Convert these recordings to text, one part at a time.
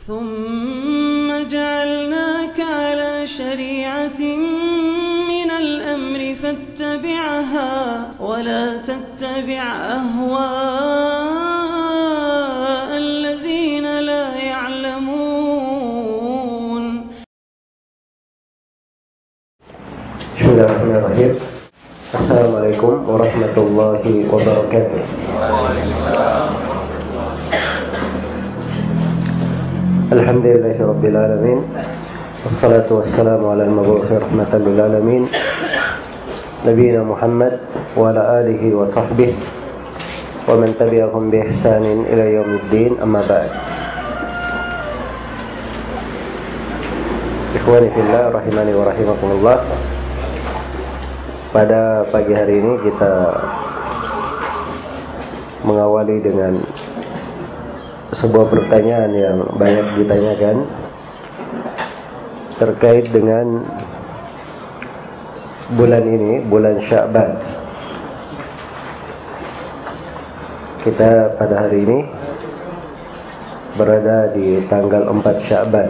ثم جعلناك على شريعة من الأمر فاتبعها ولا تتبع أهواء الذين لا يعلمون. Bismillahirrahmanirrahim. Assalamualaikum warahmatullahi wabarakatuh. Alhamdulillahirabbil alamin. Wassalatu wassalamu ala al-mab'uuthi rahmatan lil alamin. Nabiyina Muhammad wa ala alihi wa sahbihi wa man tabi'ahum bi ihsanin ila yaumiddin, amma ba'd. Ikhwani fillah rahimani wa rahimakumullah. Pada pagi hari ini kita mengawali dengan sebuah pertanyaan yang banyak ditanyakan terkait dengan bulan ini, bulan Sya'ban. Kita pada hari ini berada di tanggal 4 Sya'ban.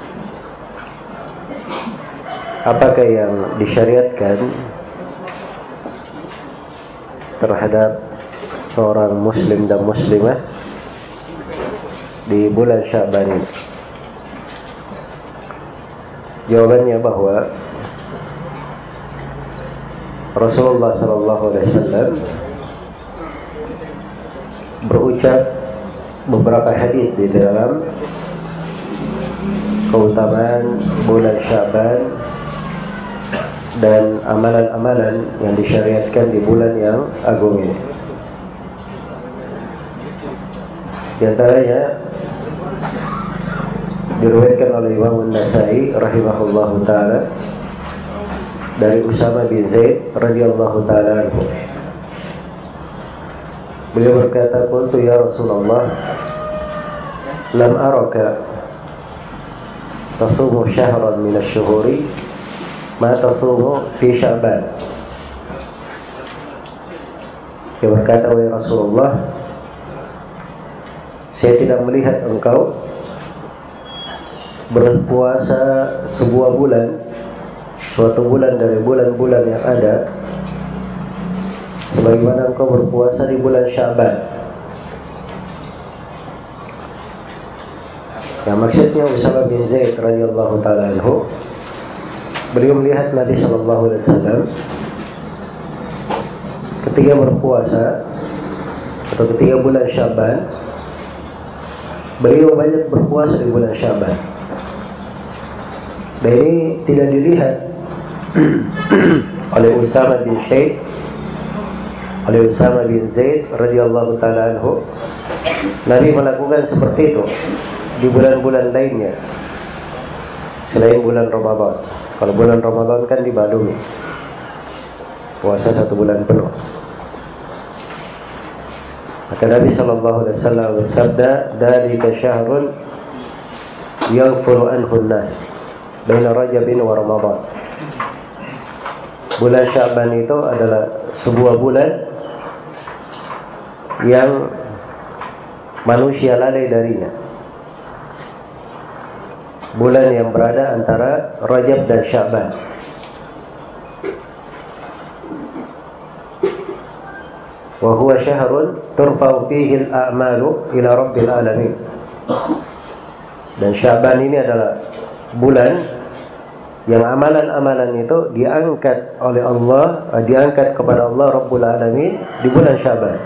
Apakah yang disyariatkan terhadap seorang muslim dan muslimah di bulan Sya'ban ini? Jawabannya bahwa Rasulullah SAW berucap beberapa hadis di dalam keutamaan bulan Sya'ban dan amalan-amalan yang disyariatkan di bulan yang agung ini. Di antaranya diriwayatkan oleh Imam An-Nasa'i rahimahullahu taala dari Usama bin Zaid radhiyallahu taala anhu. Beliau berkata, "Qultu ya Rasulullah, lam araka tasumu syahran min asy-syuhuri ma tasumu fi Sya'ban." Dia berkata, "Wahai Rasulullah, saya tidak melihat engkau berpuasa sebuah bulan, suatu bulan dari bulan-bulan yang ada, sebagaimana engkau berpuasa di bulan Sya'ban." Yang maksudnya Usama bin Zaid radhiyallahu taala anhu, beliau melihat Nabi sallallahu alaihi wasallam ketika berpuasa atau ketika bulan Sya'ban, beliau banyak berpuasa di bulan Sya'ban. Dan ini tidak dilihat oleh Usama bin Zaid radhiyallahu taala anhu. Nabi melakukan seperti itu di bulan-bulan lainnya selain bulan Ramadan. Kalau bulan Ramadan kan dibadumi, puasa 1 bulan penuh. Maka Nabi sallallahu alaihi wasallam bersabda, "Dzalika syahrun yaghfuru anhu an-nas baina Rajabin wa Ramadan." Bulan Sya'ban itu adalah sebuah bulan yang manusia lalai darinya. Bulan yang berada antara Rajab dan Sya'ban. Wa huwa syahrun turfa'u fihi al-a'malu ila rabbil alamin. Dan Sya'ban ini adalah bulan yang amalan-amalan itu diangkat oleh Allah, diangkat kepada Allah Rabbul Alamin di bulan Sya'ban.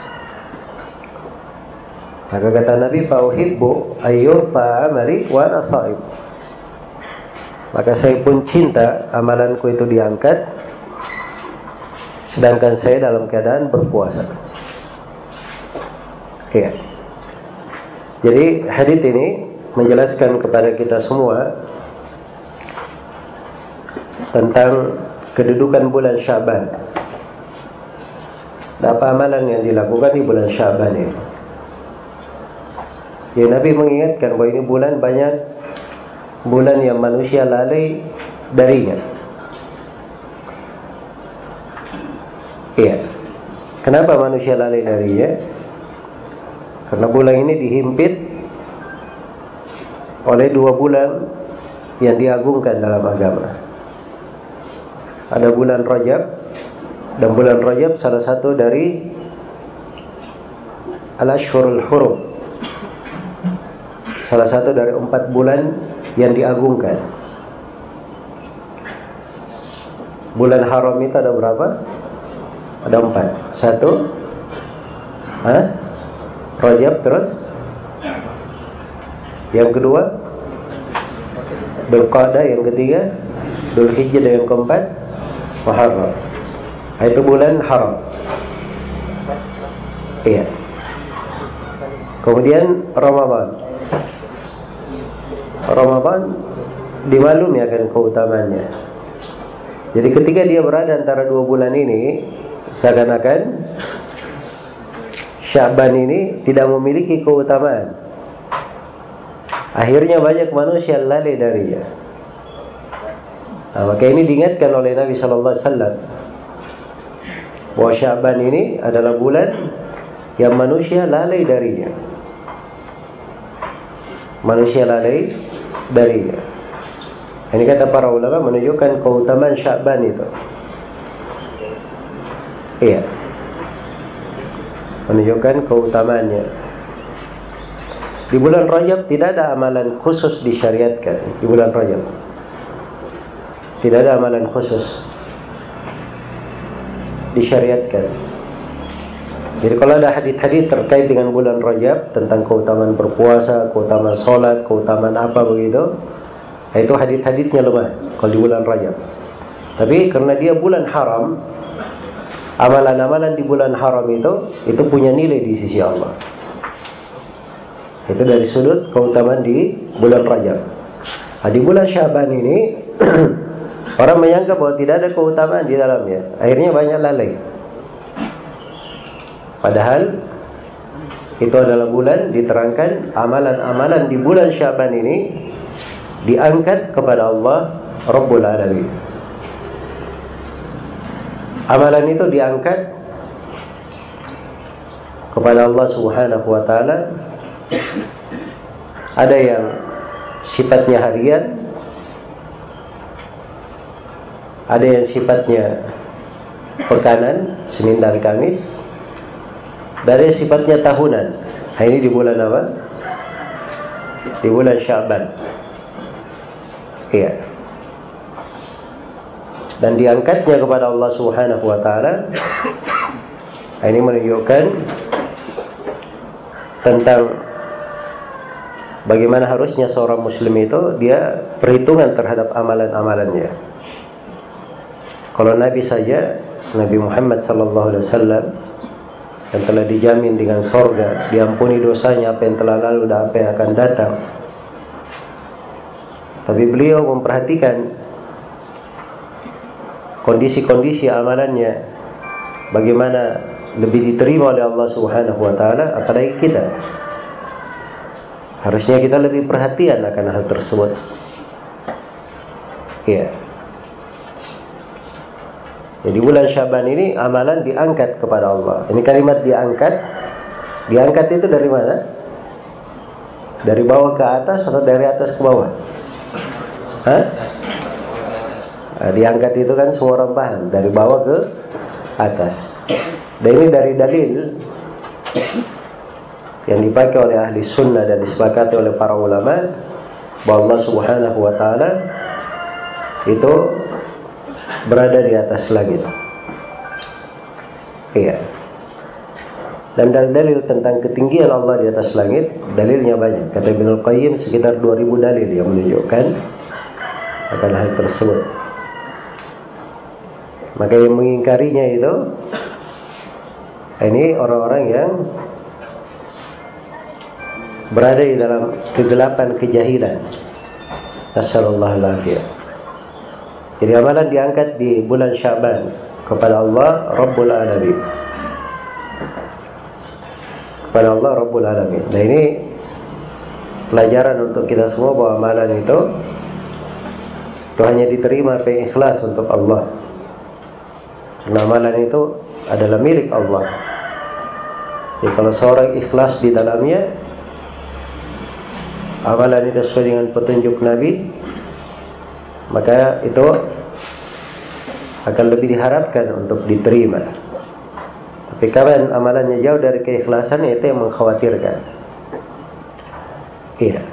Maka kata Nabi, "Fauhibbu ayyurfa amali wa ana sha'im." Maka saya pun cinta amalanku itu diangkat sedangkan saya dalam keadaan berpuasa. Iya. Jadi hadis ini menjelaskan kepada kita semua tentang kedudukan bulan Sya'ban. Apa amalan yang dilakukan di bulan Sya'ban ini? Ya, Nabi mengingatkan bahwa ini bulan banyak bulan yang manusia lalai darinya. Iya. Kenapa manusia lalai darinya? Karena bulan ini dihimpit oleh 2 bulan yang diagungkan dalam agama. Ada bulan Rajab, dan bulan Rajab salah satu dari Al-Ashhurul Hurum, salah satu dari 4 bulan yang diagungkan. Bulan haram itu ada berapa? Ada 4. 1 Rajab, terus yang kedua Dzulqa'dah, yang ketiga Dzulhijjah, dan yang keempat Muharram. Itu bulan haram. Iya. Kemudian Ramadan. Ramadan dimaklumi akan keutamaannya. Jadi ketika dia berada antara 2 bulan ini, seakan-akan Sya'ban ini tidak memiliki keutamaan. Akhirnya banyak manusia lalai darinya. Nah, maka ini diingatkan oleh Nabi Sallallahu Alaihi Wasallam bahwa Sya'ban ini adalah bulan yang manusia lalai darinya. Manusia lalai darinya. Ini kata para ulama menunjukkan keutamaan Sya'ban itu. Iya, menunjukkan keutamaannya. Di bulan Rajab tidak ada amalan khusus disyariatkan. Di bulan Rajab tidak ada amalan khusus disyariatkan. Jadi kalau ada hadits-hadits terkait dengan bulan Rajab tentang keutamaan berpuasa, keutamaan sholat, keutamaan apa begitu, itu hadits-haditsnya lemah kalau di bulan Rajab. Tapi karena dia bulan haram, amalan-amalan di bulan haram itu punya nilai di sisi Allah. Itu dari sudut keutamaan di bulan Rajab. Nah, di bulan Sya'ban ini orang menyangka bahwa tidak ada keutamaan di dalamnya. Akhirnya banyak lalai. Padahal itu adalah bulan diterangkan amalan-amalan di bulan Sya'ban ini diangkat kepada Allah Rabbul Alamin. Amalan itu diangkat kepada Allah Subhanahu wa Ta'ala. Ada yang sifatnya harian, ada yang sifatnya pekanan, Senin dan Kamis, dan ada yang sifatnya tahunan. Nah, ini di bulan apa? Di bulan Sya'ban. Iya. Dan diangkatnya kepada Allah Subhanahu wa Ta'ala. Ini menunjukkan tentang bagaimana harusnya seorang muslim itu dia perhitungan terhadap amalan-amalannya. Kalau Nabi saja, Nabi Muhammad sallallahu alaihi wasallam yang telah dijamin dengan surga, diampuni dosanya apa yang telah lalu dan apa yang akan datang. Tapi beliau memperhatikan kondisi-kondisi amalannya, bagaimana lebih diterima oleh Allah Subhanahu wa Ta'ala, apalagi kita. Harusnya kita lebih perhatian akan hal tersebut. Iya. Jadi bulan Sya'ban ini amalan diangkat kepada Allah. Ini kalimat diangkat. Diangkat itu dari mana? Dari bawah ke atas atau dari atas ke bawah? Hah? Nah, diangkat itu kan semua orang paham, dari bawah ke atas. Dan ini dari dalil yang dipakai oleh ahli sunnah dan disepakati oleh para ulama bahwa Allah Subhanahu wa Ta'ala itu berada di atas langit. Iya. Dan dalil tentang ketinggian Allah di atas langit, dalilnya banyak. Kata Ibnul Qayyim sekitar 2000 dalil yang menunjukkan akan hal tersebut. Maka yang mengingkarinya itu ini orang-orang yang berada di dalam kegelapan kejahilan. Nasallallahu alaihi. Jadi amalan diangkat di bulan Sya'ban kepada Allah Rabbul Alamin. Kepada Allah Rabbul Alamin. Nah, ini pelajaran untuk kita semua bahwa amalan itu hanya diterima dengan ikhlas untuk Allah. Karena amalan itu adalah milik Allah. Jadi kalau seorang ikhlas di dalamnya, amalan itu sesuai dengan petunjuk Nabi, maka itu akan lebih diharapkan untuk diterima. Tapi kapan amalannya jauh dari keikhlasan, itu yang mengkhawatirkan. Iya.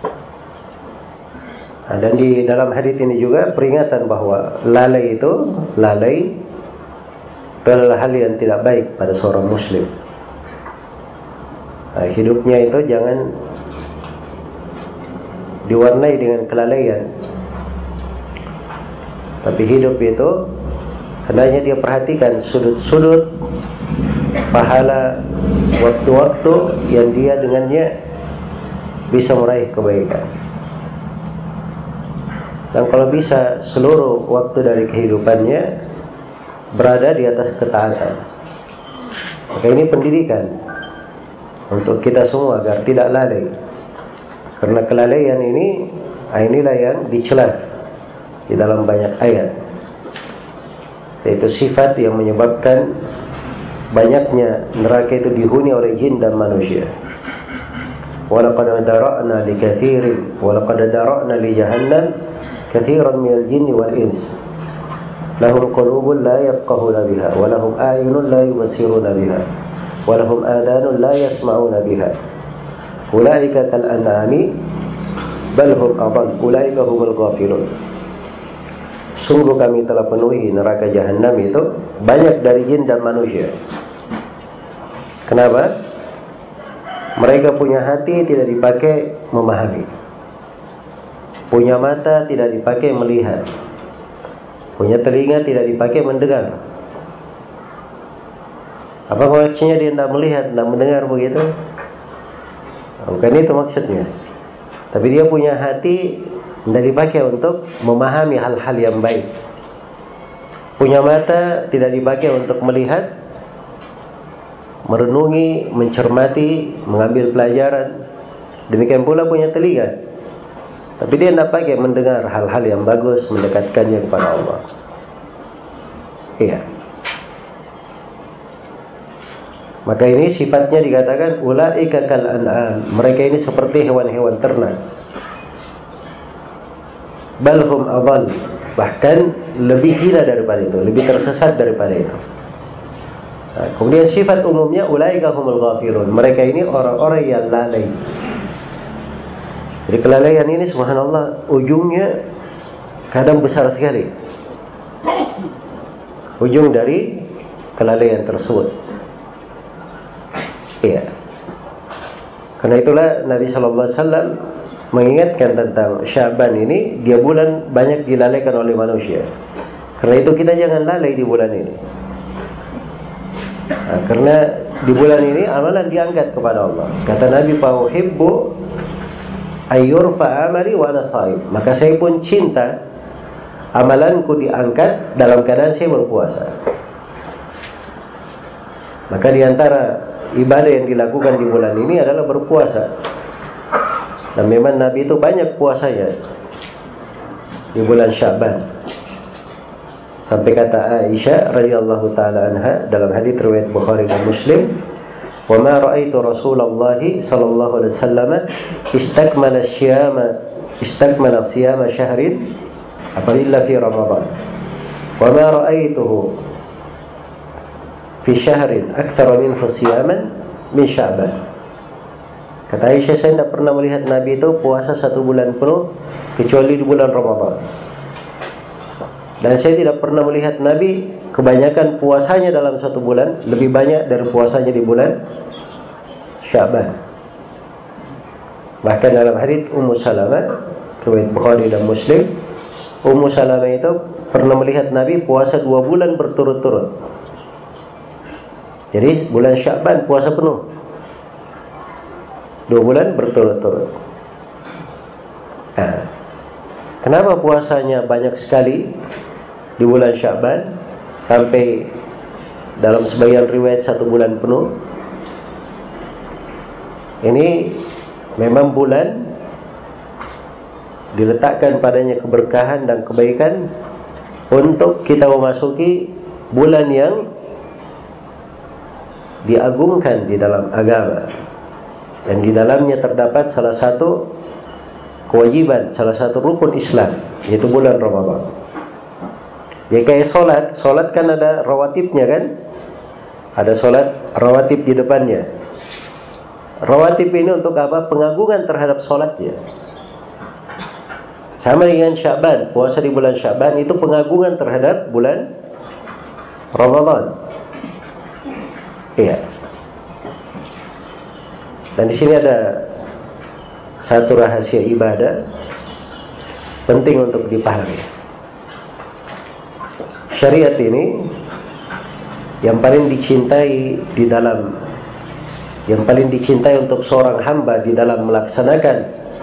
Nah, dan di dalam hadits ini juga peringatan bahwa lalai itu adalah hal yang tidak baik pada seorang muslim. Nah, hidupnya itu jangan diwarnai dengan kelalaian, tapi hidup itu hendaknya dia perhatikan sudut-sudut pahala, waktu-waktu yang dia dengannya bisa meraih kebaikan. Dan kalau bisa seluruh waktu dari kehidupannya berada di atas ketaatan. Maka ini pendidikan untuk kita semua agar tidak lalai. Karena kelalaian inilah yang dicela di dalam banyak ayat. Yaitu sifat yang menyebabkan banyaknya neraka itu dihuni oleh jin dan manusia. Walaqad dara'na li katsirin walaqad dara'na li jahannam katsiran minal jinni wal ins. Lahum qulubun la yafqahuna biha wa lahum a'yunun la yubsiruna biha wa lahum adhanun la yasma'una biha. Ulaika kal an'ami bal hum adall ulaika humul ghafilun. Sungguh kami telah penuhi neraka jahanam itu banyak dari jin dan manusia. Kenapa? Mereka punya hati tidak dipakai memahami, punya mata tidak dipakai melihat, punya telinga tidak dipakai mendengar. Apa maksudnya dia tidak melihat, tidak mendengar begitu? Bukan itu maksudnya. Tapi dia punya hati tidak dipakai untuk memahami hal-hal yang baik. Punya mata tidak dipakai untuk melihat, merenungi, mencermati, mengambil pelajaran. Demikian pula punya telinga, tapi dia tidak pakai mendengar hal-hal yang bagus, mendekatkannya kepada Allah. Iya. Maka ini sifatnya dikatakan ulaika kal an'am. Mereka ini seperti hewan-hewan ternak. Bal hum adall. Bahkan lebih hina daripada itu, lebih tersesat daripada itu. Nah, kemudian sifat umumnya ulaika humul ghafirun. Mereka ini orang-orang yang lalai. Jadi kelalaian ini subhanallah ujungnya kadang besar sekali. Ujung dari kelalaian tersebut. Iya. Karena itulah Nabi SAW mengingatkan tentang Sya'ban ini, dia bulan banyak dilalaikan oleh manusia. Karena itu kita jangan lalai di bulan ini. Nah, karena di bulan ini amalan diangkat kepada Allah. Kata Nabi, "Fauhibbu ayyurfa amali wa ana shaim." Maka saya pun cinta amalanku diangkat dalam keadaan saya berpuasa. Maka di antara ibadah yang dilakukan di bulan ini adalah berpuasa. Dan memang Nabi itu banyak puasanya di bulan Sya'ban. Sampai kata Aisyah radhiyallahu taala anha dalam hadits riwayat Bukhari dan Muslim, "Wa ma ra'aitu Rasulullah sallallahu alaihi wasallam istakmala siyama syahrin illa fi Ramadan. Wa ma ra'aituhu fi syahrin aktsara minhu siyaman min Sya'ban." Kata Aisyah, saya tidak pernah melihat Nabi itu puasa 1 bulan penuh kecuali di bulan Ramadan. Dan saya tidak pernah melihat Nabi kebanyakan puasanya dalam 1 bulan lebih banyak dari puasanya di bulan Sya'ban. Bahkan dalam hadits Ummu Salamah riwayat Bukhari dan Muslim, Ummu Salamah itu pernah melihat Nabi puasa 2 bulan berturut-turut. Jadi bulan Sya'ban puasa penuh 2 bulan berturut-turut. Nah, kenapa puasanya banyak sekali di bulan Sya'ban sampai dalam sebagian riwayat 1 bulan penuh? Ini memang bulan diletakkan padanya keberkahan dan kebaikan untuk kita memasuki bulan yang diagungkan di dalam agama. Dan di dalamnya terdapat salah satu kewajiban, salah satu rukun Islam, yaitu bulan Ramadan. Jadi kayak sholat kan ada rawatibnya kan? Ada sholat rawatib di depannya. Rawatib ini untuk apa? Pengagungan terhadap sholatnya. Sama dengan Sya'ban, puasa di bulan Sya'ban itu pengagungan terhadap bulan Ramadan. Iya. Dan di sini ada satu rahasia ibadah penting untuk dipahami. Syariat ini yang paling dicintai untuk seorang hamba di dalam melaksanakan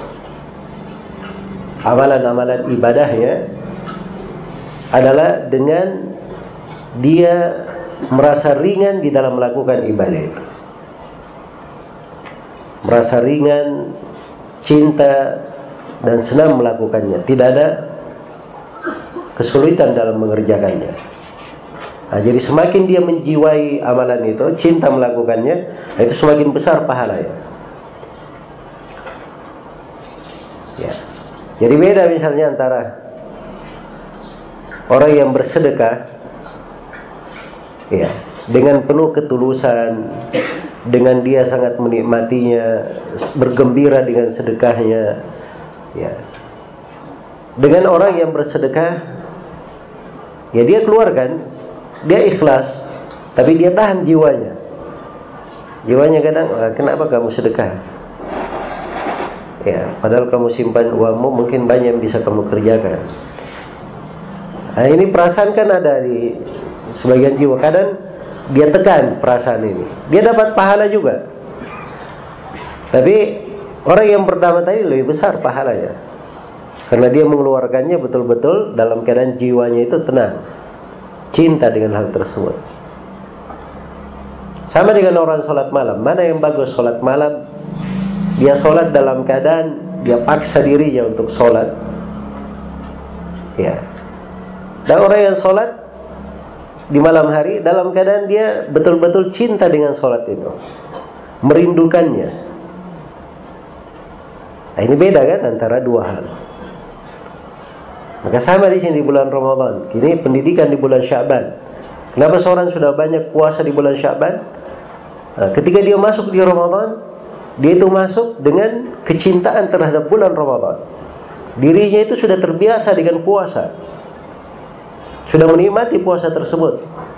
amalan-amalan ibadahnya adalah dengan dia merasa ringan di dalam melakukan ibadah itu. Merasa ringan, cinta dan senang melakukannya. Tidak ada kesulitan dalam mengerjakannya. Nah, jadi semakin dia menjiwai amalan itu, cinta melakukannya, itu semakin besar pahalanya. Ya. Jadi beda misalnya antara orang yang bersedekah, ya, dengan penuh ketulusan, dengan dia sangat menikmatinya, bergembira dengan sedekahnya, ya. Dengan orang yang bersedekah, ya dia keluarkan, dia ikhlas, tapi dia tahan jiwanya. Jiwanya kadang, kenapa kamu sedekah? Ya, padahal kamu simpan uangmu, mungkin banyak yang bisa kamu kerjakan. Nah, ini perasaan kan ada di sebagian jiwa. Kadang dia tekan perasaan ini, dia dapat pahala juga. Tapi orang yang pertama tadi lebih besar pahalanya, karena dia mengeluarkannya betul-betul dalam keadaan jiwanya itu tenang, cinta dengan hal tersebut. Sama dengan orang sholat malam. Mana yang bagus sholat malam? Dia sholat dalam keadaan dia paksa dirinya untuk sholat, ya. Dan orang yang sholat di malam hari dalam keadaan dia betul-betul cinta dengan sholat itu, merindukannya. Nah, ini beda kan antara dua hal. Maka sama di sini di bulan Ramadan. Ini pendidikan di bulan Sya'ban. Kenapa seorang sudah banyak puasa di bulan Sya'ban? Nah, ketika dia masuk di Ramadan, dia itu masuk dengan kecintaan terhadap bulan Ramadan. Dirinya itu sudah terbiasa dengan puasa, sudah menikmati puasa tersebut.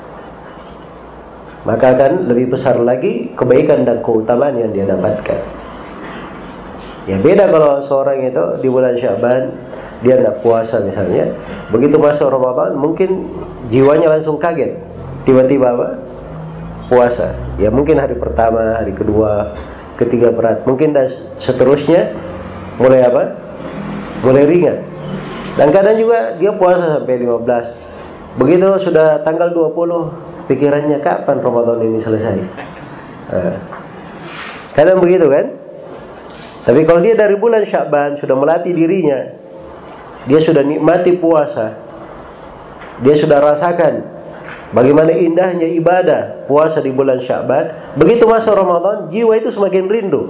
Maka akan lebih besar lagi kebaikan dan keutamaan yang dia dapatkan. Ya beda kalau seorang itu di bulan Sya'ban dia tidak puasa misalnya, begitu masuk Ramadan mungkin jiwanya langsung kaget, tiba-tiba apa? Puasa. Ya mungkin hari pertama, hari kedua, ketiga berat, mungkin dan seterusnya mulai apa? Mulai ringan. Dan kadang juga dia puasa sampai 15. Begitu sudah tanggal 20, pikirannya kapan Ramadan ini selesai. Kadang begitu kan? Tapi kalau dia dari bulan Sya'ban sudah melatih dirinya, dia sudah nikmati puasa, dia sudah rasakan bagaimana indahnya ibadah puasa di bulan Sya'ban. Begitu masuk Ramadan, jiwa itu semakin rindu.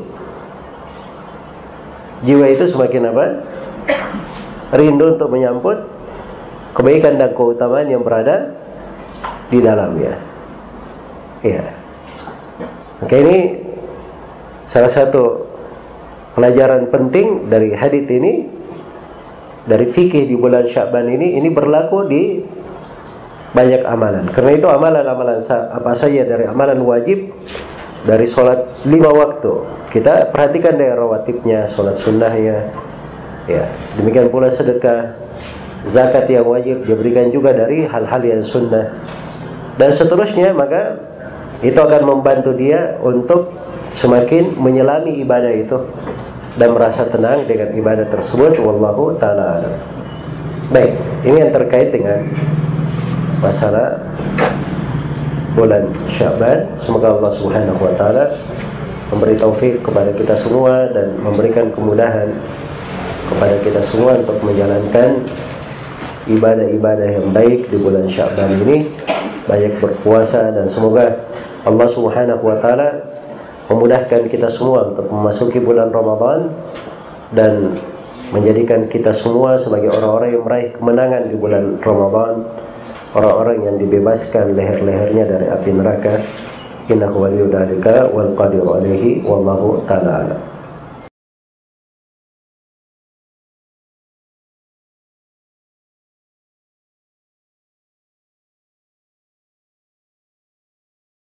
Jiwa itu semakin apa? Rindu untuk menyambut kebaikan dan keutamaan yang berada di dalamnya. Ya. Oke, ini salah satu pelajaran penting dari hadits ini, dari fikih di bulan Sya'ban ini berlaku di banyak amalan. Karena itu amalan-amalan apa saja dari amalan wajib, dari sholat 5 waktu, kita perhatikan dari rawatibnya, sholat sunnahnya, ya. Demikian pula sedekah, zakat yang wajib diberikan juga dari hal-hal yang sunnah, dan seterusnya. Maka itu akan membantu dia untuk semakin menyelami ibadah itu dan merasa tenang dengan ibadah tersebut. Wallahu ta'ala a'lam. Baik, ini yang terkait dengan masalah bulan Sya'ban. Semoga Allah Subhanahu wa taala memberi taufik kepada kita semua dan memberikan kemudahan kepada kita semua untuk menjalankan ibadah-ibadah yang baik di bulan Sya'ban ini, banyak berpuasa, dan semoga Allah Subhanahu wa taala memudahkan kita semua untuk memasuki bulan Ramadan dan menjadikan kita semua sebagai orang-orang yang meraih kemenangan di bulan Ramadan, orang-orang yang dibebaskan leher-lehernya dari api neraka. Innahu waliyyu dzalika wal qadiru alaihi wallahu ta'ala a'lam.